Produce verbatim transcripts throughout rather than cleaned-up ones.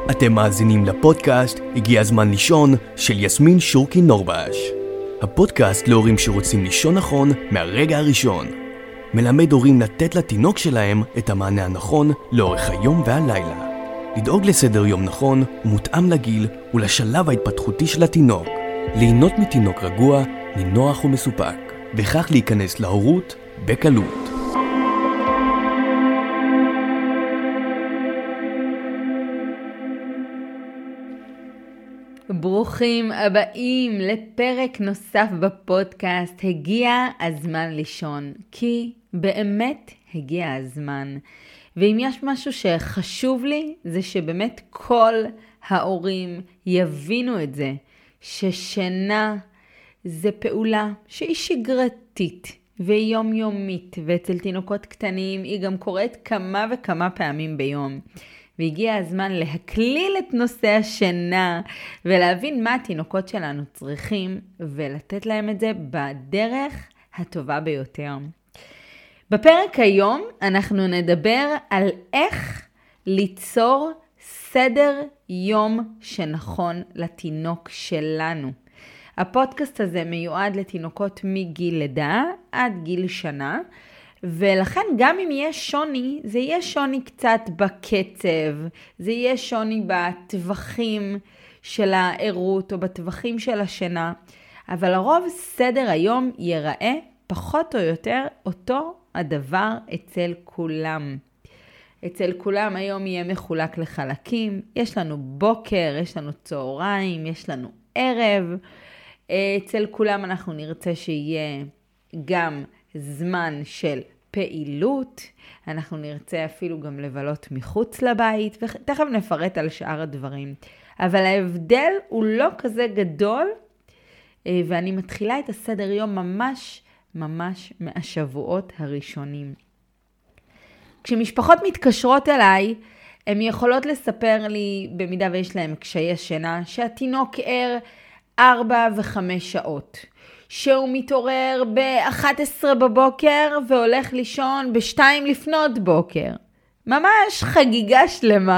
אתם מאזינים לפודקאסט הגיע הזמן לישון של יסמין שורקי נורבש. הפודקאסט להורים שרוצים לישון נכון מהרגע הראשון. מלמד הורים לתת לתינוק שלהם את המענה הנכון לאורך היום והלילה. לדאוג לסדר יום נכון ומותאם לגיל ולשלב ההתפתחותי של התינוק. ליהנות מתינוק רגוע, נינוח ומסופק, וכך להיכנס להורות בקלות. ברוכים הבאים לפרק נוסף בפודקאסט הגיע הזמן לישון, כי באמת הגיע הזמן. ואם יש משהו שחשוב לי, זה שבאמת כל ההורים יבינו את זה, ששינה זה פעולה שהיא שגרתית ויומיומית, ואצל תינוקות קטנים היא גם קורית כמה וכמה פעמים ביום. והגיע הזמן להכליל את נושא השינה ולהבין מה התינוקות שלנו צריכים ולתת להם את זה בדרך הטובה ביותר. בפרק היום אנחנו נדבר על איך ליצור סדר יום שנכון לתינוק שלנו. הפודקאסט הזה מיועד לתינוקות מגיל לידה עד גיל שנה, ולכן גם אם יהיה שוני, זה יהיה שוני קצת בקצב, זה יהיה שוני בטווחים של הערות או בטווחים של השינה, אבל לרוב סדר היום ייראה פחות או יותר אותו הדבר אצל כולם. אצל כולם היום יהיה מחולק לחלקים, יש לנו בוקר, יש לנו צהריים, יש לנו ערב, אצל כולם אנחנו נרצה שיהיה גם זמן של פעילות, אנחנו נרצה אפילו גם לבלות מחוץ לבית, ותכף נפרט על שאר הדברים. אבל ההבדל הוא לא כזה גדול, ואני מתחילה את הסדר יום ממש ממש מהשבועות הראשונים. כשמשפחות מתקשרות אליי, הן יכולות לספר לי, במידה ויש להם קשיי שינה, שהתינוק ער ארבע וחמש שעות. שהוא מתעורר ב-אחת עשרה בבוקר והולך לישון ב-שתיים לפנות בוקר. ממש חגיגה שלמה.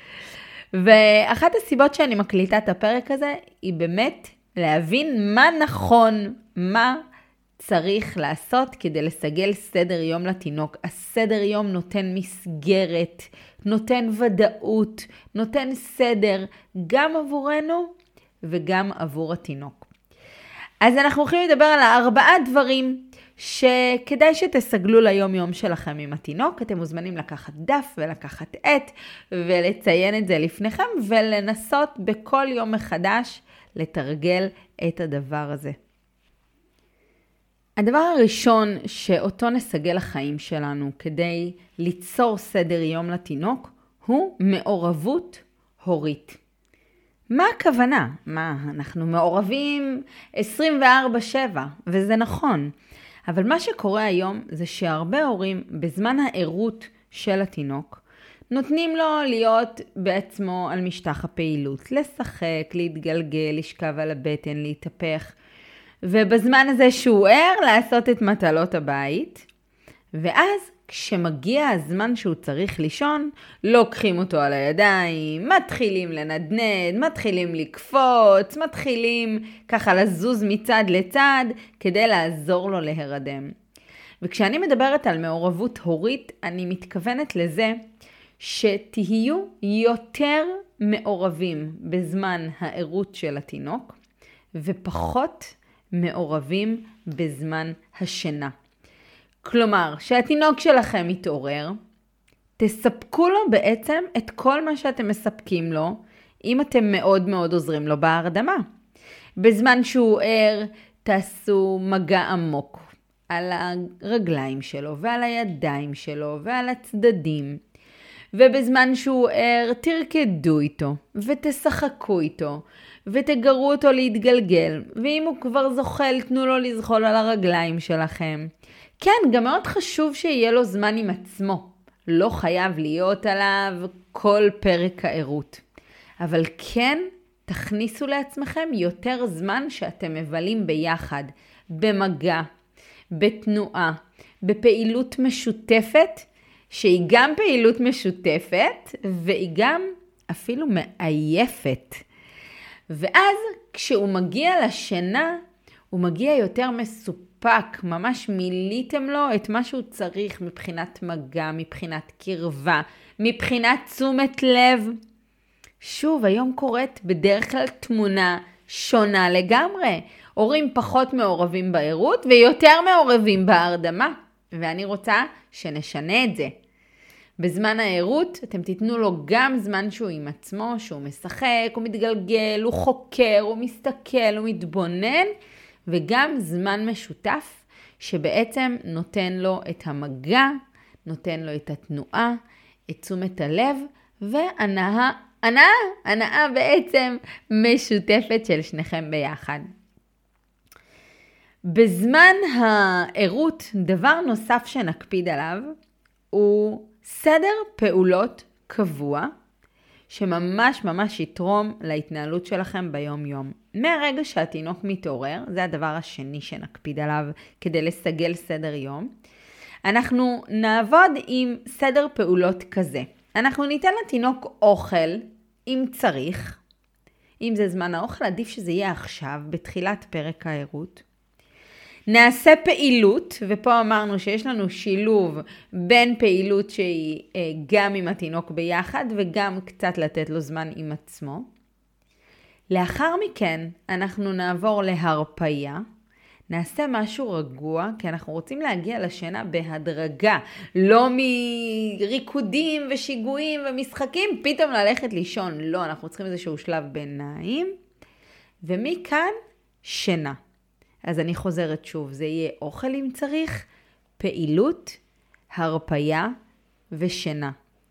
ואחת הסיבות שאני מקליטה את הפרק הזה היא באמת להבין מה נכון, מה צריך לעשות כדי לסגל סדר יום לתינוק. הסדר יום נותן מסגרת, נותן ודאות, נותן סדר גם עבורנו וגם עבור התינוק. אז אנחנו הולכים לדבר על ארבעה דברים שכדאי שתסגלו ליום יום שלכם עם התינוק. אתם מוזמנים לקחת דף ולקחת עט ולציין את זה לפניכם ולנסות בכל יום מחדש לתרגל את הדבר הזה. הדבר הראשון שאותו נסגל לחיים שלנו כדי ליצור סדר יום לתינוק הוא מעורבות הורית. מה הכוונה? מה, אנחנו מעורבים עשרים וארבע שבע, וזה נכון. אבל מה שקורה היום זה שהרבה הורים בזמן הערות של התינוק נותנים לו להיות בעצמו על משטח הפעילות, לשחק, להתגלגל, לשכב על הבטן, להתהפך, ובזמן הזה שהוא ער לעשות את מטלות הבית, ואז כשמגיע הזמן שהוא צריך לישון, לוקחים אותו על הידיים, מתחילים לנדנד, מתחילים לקפוץ, מתחילים ככה לזוז מצד לצד כדי לעזור לו להירדם. וכשאני מדברת על מעורבות הורית, אני מתכוונת לזה שתהיו יותר מעורבים בזמן הערות של התינוק, ופחות מעורבים בזמן השינה. כלומר, שהתינוק שלכם מתעורר, תספקו לו בעצם את כל מה שאתם מספקים לו, אם אתם מאוד מאוד עוזרים לו בהרדמה. בזמן שהוא ער, תעשו מגע עמוק על הרגליים שלו ועל הידיים שלו ועל הצדדים. ובזמן שהוא ער, תרקדו איתו ותשחקו איתו ותגרו אותו להתגלגל. ואם הוא כבר זוחל, תנו לו לזחול על הרגליים שלכם. כן, גם מאוד חשוב שיהיה לו זמן עם עצמו. לא חייב להיות עליו כל פרק הערות. אבל כן, תכניסו לעצמכם יותר זמן שאתם מבלים ביחד, במגע, בתנועה, בפעילות משותפת, שהיא גם פעילות משותפת, והיא גם אפילו מעייפת. ואז כשהוא מגיע לשינה, הוא מגיע יותר מסופק, ממש מיליתם לו את מה שהוא צריך מבחינת מגע, מבחינת קרבה, מבחינת תשומת לב. שוב, היום קורית בדרך כלל תמונה שונה לגמרי. הורים פחות מעורבים בעירות ויותר מעורבים בהרדמה. ואני רוצה שנשנה את זה. בזמן העירות אתם תיתנו לו גם זמן שהוא עם עצמו, שהוא משחק, הוא מתגלגל, הוא חוקר, הוא מסתכל, הוא מתבונן, וגם זמן משותף שבעצם נותן לו את המגע, נותן לו את התנועה, את תשומת הלב, והנאה, הנאה, הנאה בעצם משותפת של שניכם ביחד. בזמן העירות, דבר נוסף שנקפיד עליו, הוא סדר פעולות קבוע, שממש ממש יתרום להתנהלות שלכם ביום יום. מהרגע שהתינוק מתעורר, זה הדבר השני שנקפיד עליו כדי לסגל סדר יום, אנחנו נעבוד עם סדר פעולות כזה. אנחנו ניתן לתינוק אוכל, אם צריך. אם זה זמן האוכל, עדיף שזה יהיה עכשיו, בתחילת פרק העירות. נעשה פעילות, ופה אמרנו שיש לנו שילוב בין פעילות שהיא גם עם התינוק ביחד, וגם קצת לתת לו זמן עם עצמו. לאחר מכן אנחנו נעבור להרפאיה, נעשה משהו רגוע, כי אנחנו רוצים להגיע לשינה בהדרגה, לא מריקודים ושיגועים ומשחקים, פתאום ללכת לישון, לא, אנחנו צריכים איזשהו שלב ביניים, ומכאן שינה. אז אני חוזרת שוב, זה יהיה אוכל אם צריך, פעילות, הרפאיה ושינה.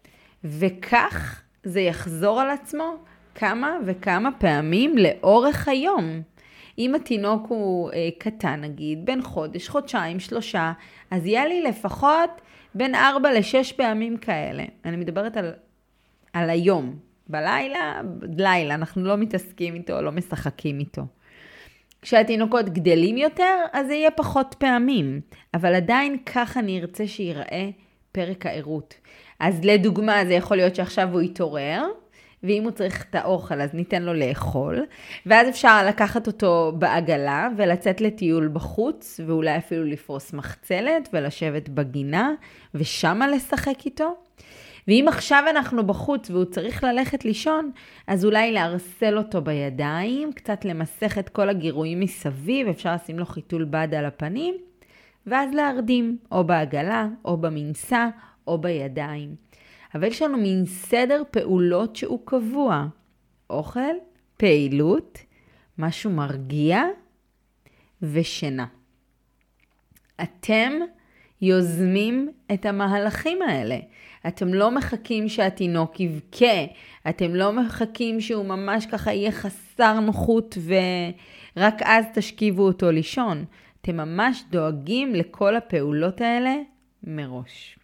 וכך זה יחזור על עצמו כמה וכמה פעמים לאורך היום. אם התינוק הוא אה, קטן נגיד, בין חודש, חודשיים, שלושה, אז יהיה לי לפחות בין ארבע לשש פעמים כאלה. אני מדברת על, על היום. בלילה, לילה, אנחנו לא מתעסקים איתו, לא משחקים איתו. כשהתינוקות גדלים יותר, אז זה יהיה פחות פעמים. אבל עדיין ככה אני ארצה שיראה פרק העירות. אז לדוגמה, זה יכול להיות שעכשיו הוא יתעורר, ואם הוא צריך את האוכל, אז ניתן לו לאכול. ואז אפשר לקחת אותו בעגלה ולצאת לטיול בחוץ, ואולי אפילו לפרוס מחצלת ולשבת בגינה, ושמה לשחק איתו. ואם עכשיו אנחנו בחוץ והוא צריך ללכת לישון, אז אולי להרסל אותו בידיים, קצת למסך את כל הגירויים מסביב, אפשר לשים לו חיתול בד על הפנים, ואז להרדים, או בעגלה, או במנסה, או בידיים. אבל יש לנו מין סדר פעולות שהוא קבוע. אוכל, פעילות, משהו מרגיע ושינה. אתם יוזמים את המהלכים האלה. אתם לא מחכים שהתינוק יבכה, אתם לא מחכים שהוא ממש ככה יהיה חסר נוחות ורק אז תשכיבו אותו לישון. אתם ממש דואגים לכל הפעולות האלה מראש.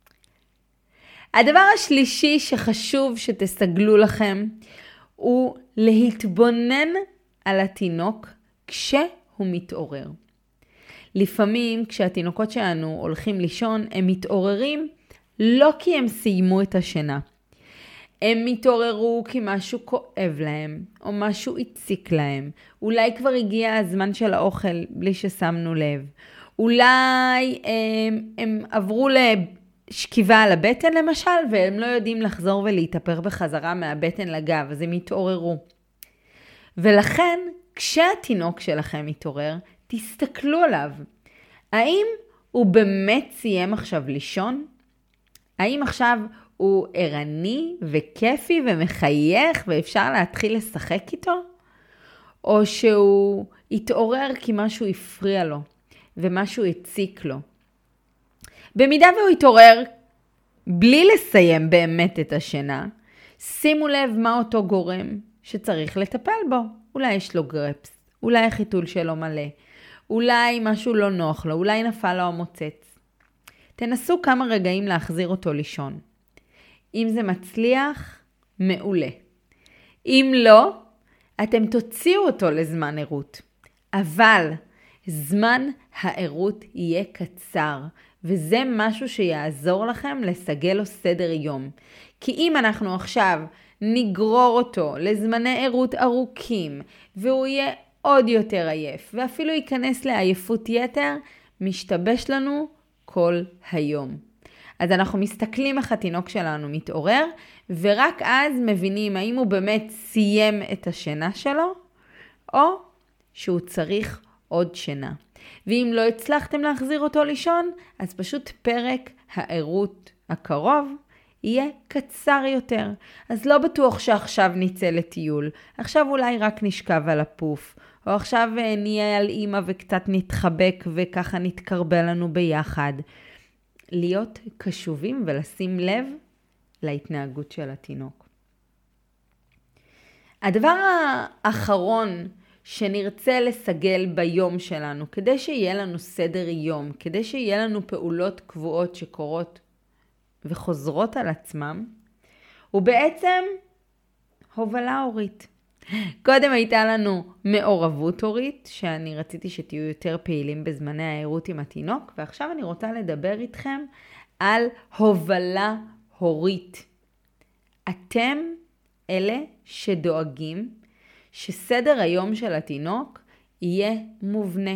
הדבר השלישי שחשוב שתסגלו לכם הוא להתבונן על התינוק כשהוא מתעורר. לפעמים כשהתינוקות שלנו הולכים לישון הם מתעוררים לא כי הם סיימו את השינה. הם מתעוררו כי משהו כואב להם או משהו הציק להם. אולי כבר הגיע הזמן של האוכל בלי ששמנו לב. אולי הם, הם עברו לשכיבה על הבטן למשל והם לא יודעים לחזור ולהתאפר בחזרה מהבטן לגב, אז הם מתעוררו. ולכן כשהתינוק שלכם מתעורר, תסתכלו עליו. האם הוא באמת סיים עכשיו לישון? האם עכשיו הוא ערני וכיפי ומחייך ואפשר להתחיל לשחק איתו? או שהוא התעורר כי משהו הפריע לו ומשהו הציק לו? במידה והוא התעורר בלי לסיים באמת את השינה, שימו לב מה אותו גורם שצריך לטפל בו. אולי יש לו גרפס, אולי החיתול שלו מלא, אולי משהו לא נוח לו, אולי נפל לו המוצץ. תנסו כמה רגעים להחזיר אותו לישון. אם זה מצליח, מעולה. אם לא, אתם תוציאו אותו לזמן עירות. אבל זמן העירות יהיה קצר, וזה משהו שיעזור לכם לסגל לו סדר יום. כי אם אנחנו עכשיו נגרור אותו לזמני ערות ארוכים, והוא יהיה עוד יותר עייף, ואפילו ייכנס לעייפות יתר, משתבש לנו כל היום. אז אנחנו מסתכלים איך התינוק שלנו מתעורר, ורק אז מבינים האם הוא באמת סיים את השינה שלו, או שהוא צריך עוד שינה. ואם לא הצלחתם להחזיר אותו לישון, אז פשוט פרק הערות הקרוב יהיה קצר יותר. אז לא בטוח שעכשיו נצא לטיול. עכשיו אולי רק נשכב על הפוף. או עכשיו נהיה על אמא וקצת נתחבק וככה נתקרבל לנו ביחד. להיות קשובים ולשים לב להתנהגות של התינוק. הדבר האחרון שנרצה לסגל ביום שלנו, כדי שיהיה לנו סדר יום, כדי שיהיה לנו פעולות קבועות שקורות וחוזרות על עצמם, הוא בעצם הובלה הורית. קודם הייתה לנו מעורבות הורית, שאני רציתי שתהיו יותר פעילים בזמני הערות עם התינוק, ועכשיו אני רוצה לדבר איתכם על הובלה הורית. אתם אלה שדואגים שסדר היום של התינוק יהיה מובנה.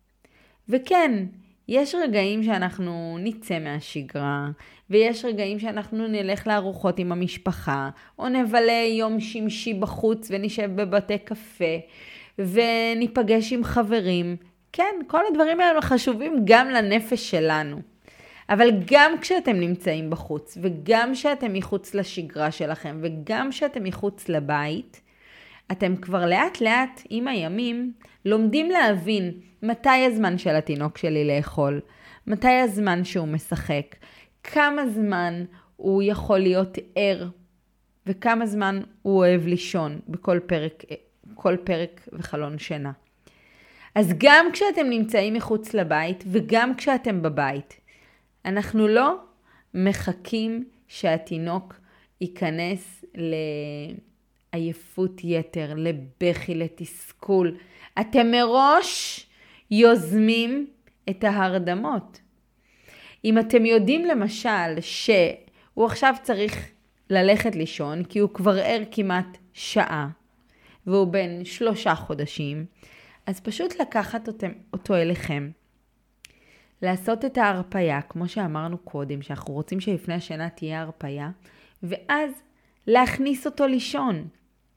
וכן, יש רגעים שאנחנו נצא מהשגרה, ויש רגעים שאנחנו נלך לארוחות עם המשפחה, או נבלה יום שמשי בחוץ ונשב בבתי קפה, וניפגש עם חברים. כן, כל הדברים האלה חשובים גם לנפש שלנו. אבל גם כשאתם נמצאים בחוץ, וגם כשאתם מחוץ לשגרה שלכם, וגם כשאתם מחוץ לבית, אתם כבר לאט לאט עם הימים לומדים להבין מתי הזמן של התינוק שלי לאכול, מתי הזמן שהוא משחק, כמה זמן הוא יכול להיות ער, וכמה זמן הוא אוהב לישון בכל פרק, כל פרק וחלון שינה. אז גם כשאתם נמצאים מחוץ לבית וגם כשאתם בבית, אנחנו לא מחכים שהתינוק ייכנס לעייפות יתר, לבכי, לתסכול. אתם מראש יוזמים את ההרדמות. אם אתם יודעים למשל שהוא עכשיו צריך ללכת לישון, כי הוא כבר ער כמעט שעה, והוא בן שלושה חודשים, אז פשוט לקחת אותו, אותו אליכם. לעשות את ההרפיה, כמו שאמרנו קודם, שאנחנו רוצים שלפני השינה תהיה הרפיה, ואז להכניס אותו לישון.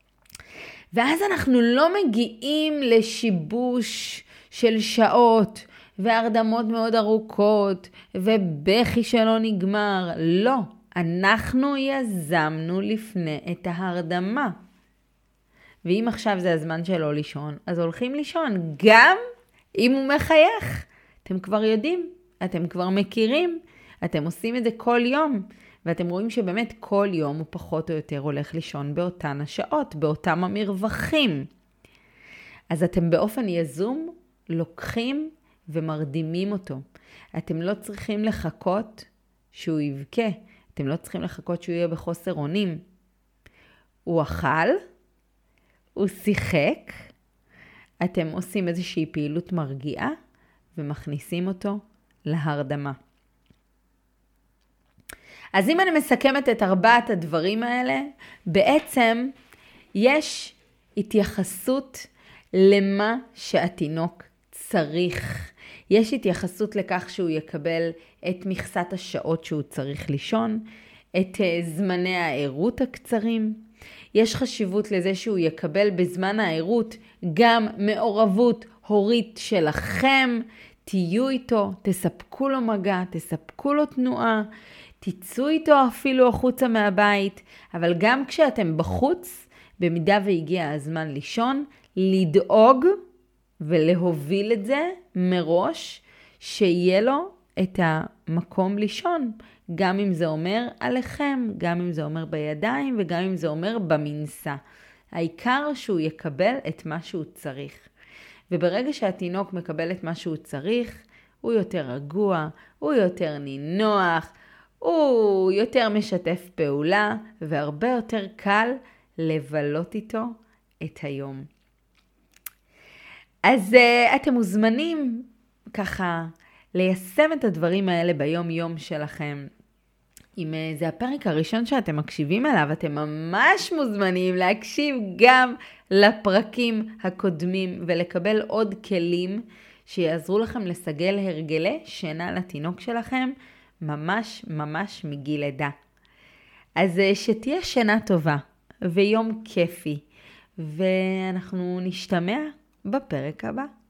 ואז אנחנו לא מגיעים לשיבוש של שעות, והרדמות מאוד ארוכות, ובכי שלא נגמר. לא, אנחנו יזמנו לפני את ההרדמה. ואם עכשיו זה הזמן שלו לישון, אז הולכים לישון, גם אם הוא מחייך. אתם כבר יודעים, אתם כבר מכירים, אתם עושים את זה כל יום, ואתם רואים שבאמת כל יום הוא פחות או יותר הולך לישון באותן השעות, באותם המרווחים. אז אתם באופן יזום לוקחים ומרדימים אותו. אתם לא צריכים לחכות שהוא יבכה, אתם לא צריכים לחכות שהוא יהיה בחוסר אונים. הוא אכל, הוא שיחק, אתם עושים איזושהי פעילות מרגיעה, ומכניסים אותו להרדמה. אז אם אני מסכמת את ארבעת הדברים האלה, בעצם יש התייחסות למה שהתינוק צריך. יש התייחסות לכך שהוא יקבל את מכסת השעות שהוא צריך לישון, את זמני הערות הקצרים. יש חשיבות לזה שהוא יקבל בזמן הערות גם מעורבות הורית שלכם. תהיו איתו, תספקו לו מגע, תספקו לו תנועה, תצאו איתו אפילו החוצה מהבית, אבל גם כשאתם בחוץ, במידה והגיע הזמן לישון, לדאוג ולהוביל את זה מראש, שיהיה לו את המקום לישון, גם אם זה אומר עליכם, גם אם זה אומר בידיים וגם אם זה אומר במנסה. העיקר שהוא יקבל את מה שהוא צריך. וברגע שהתינוק מקבל את מה שהוא צריך, הוא יותר רגוע, הוא יותר נינוח, הוא יותר משתף פעולה, והרבה יותר קל לבלות איתו את היום. אז uh, אתם מוזמנים ככה ליישם את הדברים האלה ביום יום שלכם. אם זה הפרק הראשון שאתם מקשיבים אליו, אתם ממש מוזמנים להקשיב גם לפרקים הקודמים ולקבל עוד כלים שיעזרו לכם לסגל הרגלי שינה לתינוק שלכם ממש ממש מגיל לידה. אז שתהיה שינה טובה ויום כיפי, ואנחנו נשתמע בפרק הבא.